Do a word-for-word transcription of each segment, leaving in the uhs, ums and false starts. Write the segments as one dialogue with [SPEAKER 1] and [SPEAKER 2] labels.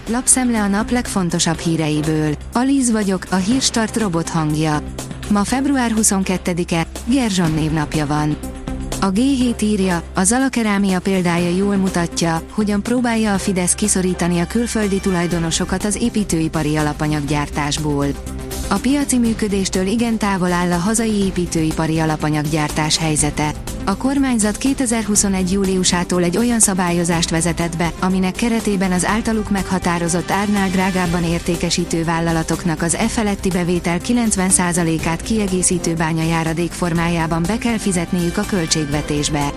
[SPEAKER 1] lapszemle a nap legfontosabb híreiből. Alíz vagyok, a Hírstart robot hangja. Ma február huszonkettedike, Gerzson névnapja van. A gé hét írja, a Zalakerámia példája jól mutatja, hogyan próbálja a Fidesz kiszorítani a külföldi tulajdonosokat az építőipari alapanyaggyártásból. A piaci működéstől igen távol áll a hazai építőipari alapanyaggyártás helyzete. A kormányzat kétezer-huszonegy júliusától egy olyan szabályozást vezetett be, aminek keretében az általuk meghatározott árnál drágábban értékesítő vállalatoknak az e feletti bevétel kilencven százalékát kiegészítő bányajáradék formájában be kell fizetniük a költségvetésbe.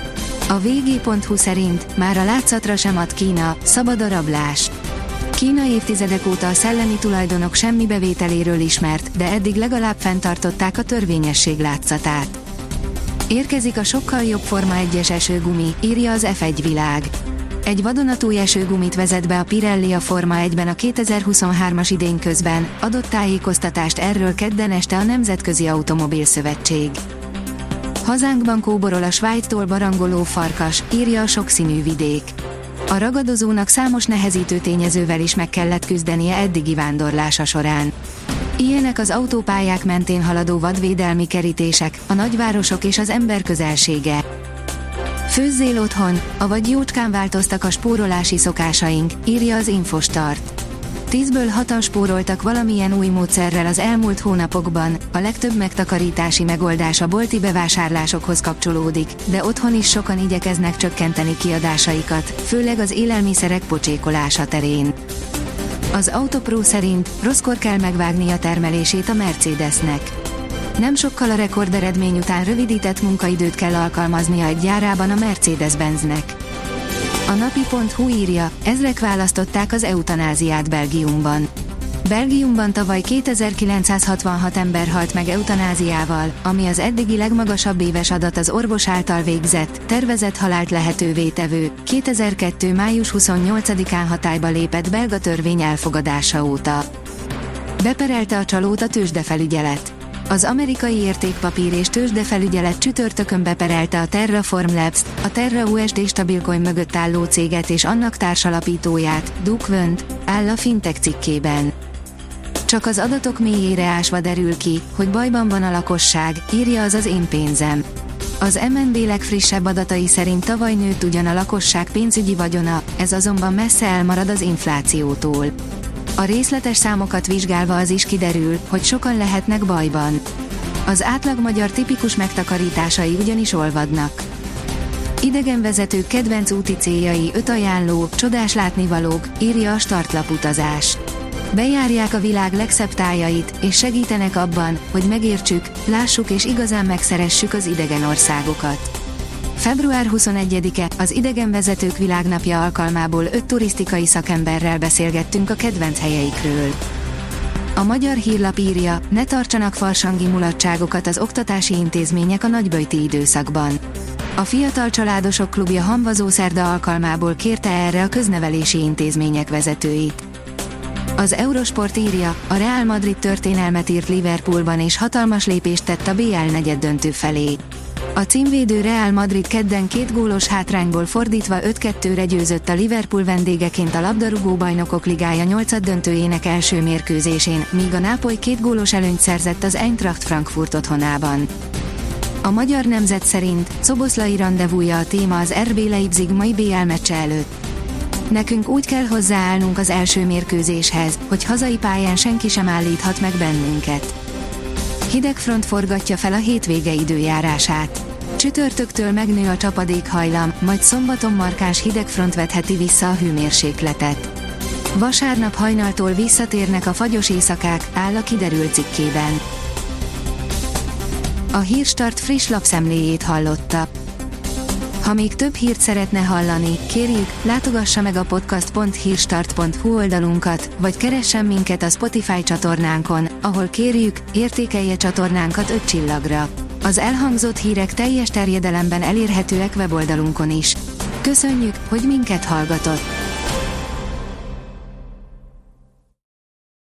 [SPEAKER 1] A vé gé pont hu szerint már a látszatra sem ad Kína, szabad a rablás. Kína évtizedek óta a szellemi tulajdonok semmi bevételéről ismert, de eddig legalább fenntartották a törvényesség látszatát. Érkezik a sokkal jobb Forma egyes esőgumi, írja az ef egy világ. Egy vadonatúj esőgumit vezet be a Pirelli a Forma egyben a kétezer-huszonhármas idény közben, adott tájékoztatást erről kedden este a Nemzetközi Automobil Szövetség. Hazánkban kóborol a Svájctól barangoló farkas, írja a sokszínű vidék. A ragadozónak számos nehezítő tényezővel is meg kellett küzdenie eddigi vándorlása során. Ilyenek az autópályák mentén haladó vadvédelmi kerítések, a nagyvárosok és az ember közelsége. Főzzél otthon, avagy jócskán változtak a spórolási szokásaink, írja az Infostart. Tízből hatan spóroltak valamilyen új módszerrel az elmúlt hónapokban, a legtöbb megtakarítási megoldás a bolti bevásárlásokhoz kapcsolódik, de otthon is sokan igyekeznek csökkenteni kiadásaikat, főleg az élelmiszerek pocsékolása terén. Az Autopro szerint rosszkor kell megvágni a termelését a Mercedesnek. Nem sokkal a rekorderedmény után rövidített munkaidőt kell alkalmaznia egy gyárában a Mercedes-Benznek. A napi pont hu írja, ezrek választották az eutanáziát Belgiumban. Belgiumban tavaly kétezer-kilencszázhatvanhat ember halt meg eutanáziával, ami az eddigi legmagasabb éves adat az orvos által végzett, tervezett halált lehetővé tevő, kétezer-kettő május huszonnyolcadikán hatályba lépett belga törvény elfogadása óta. Beperelte a csalót a tőzsdefelügyelet. Az amerikai értékpapír és tőzsdefelügyelet csütörtökön beperelte a Terraform Labs-t, a Terra u es dé stablecoin mögött álló céget és annak társalapítóját, Duke Wunt, áll a Fintech cikkében. Csak az adatok mélyére ásva derül ki, hogy bajban van a lakosság, írja az az Én pénzem. Az em en bé legfrissebb adatai szerint tavaly nőtt ugyan a lakosság pénzügyi vagyona, ez azonban messze elmarad az inflációtól. A részletes számokat vizsgálva az is kiderül, hogy sokan lehetnek bajban. Az átlag magyar tipikus megtakarításai ugyanis olvadnak. Idegenvezetők kedvenc úti céljai, öt ajánló, csodás látnivalók, írja a Startlap utazás. Bejárják a világ legszebb tájait, és segítenek abban, hogy megértsük, lássuk és igazán megszeressük az idegen országokat. február huszonegyedike, az Idegenvezetők Világnapja alkalmából öt turisztikai szakemberrel beszélgettünk a kedvenc helyeikről. A Magyar Hírlap írja, ne tartsanak farsangi mulatságokat az oktatási intézmények a nagyböjti időszakban. A Fiatal Családosok Klubja Hamvazó szerda alkalmából kérte erre a köznevelési intézmények vezetőit. Az Eurosport írja, a Real Madrid történelmet írt Liverpoolban és hatalmas lépést tett a bé el negyeddöntő felé. A címvédő Real Madrid kedden két gólos hátrányból fordítva öt kettőre győzött a Liverpool vendégeként a labdarúgó bajnokok ligája nyolcaddöntőjének első mérkőzésén, míg a Nápoly két gólos előnyt szerzett az Eintracht Frankfurt otthonában. A Magyar Nemzet szerint Szoboszlai randevúja a téma az er bé Leipzig mai bé el meccse előtt. Nekünk úgy kell hozzáállnunk az első mérkőzéshez, hogy hazai pályán senki sem állíthat meg bennünket. Hideg front forgatja fel a hétvége időjárását. Csütörtöktől megnő a csapadékhajlam, majd szombaton markáns hidegfront vetheti vissza a hőmérsékletet. Vasárnap hajnaltól visszatérnek a fagyos éjszakák, áll a Kiderült cikkében. A Hírstart friss lapszemléjét hallotta. Ha még több hírt szeretne hallani, kérjük, látogassa meg a podcast pont hírstart pont hu oldalunkat, vagy keressen minket a Spotify csatornánkon, ahol kérjük, értékelje csatornánkat öt csillagra. Az elhangzott hírek teljes terjedelemben elérhetőek weboldalunkon is. Köszönjük, hogy minket hallgatott!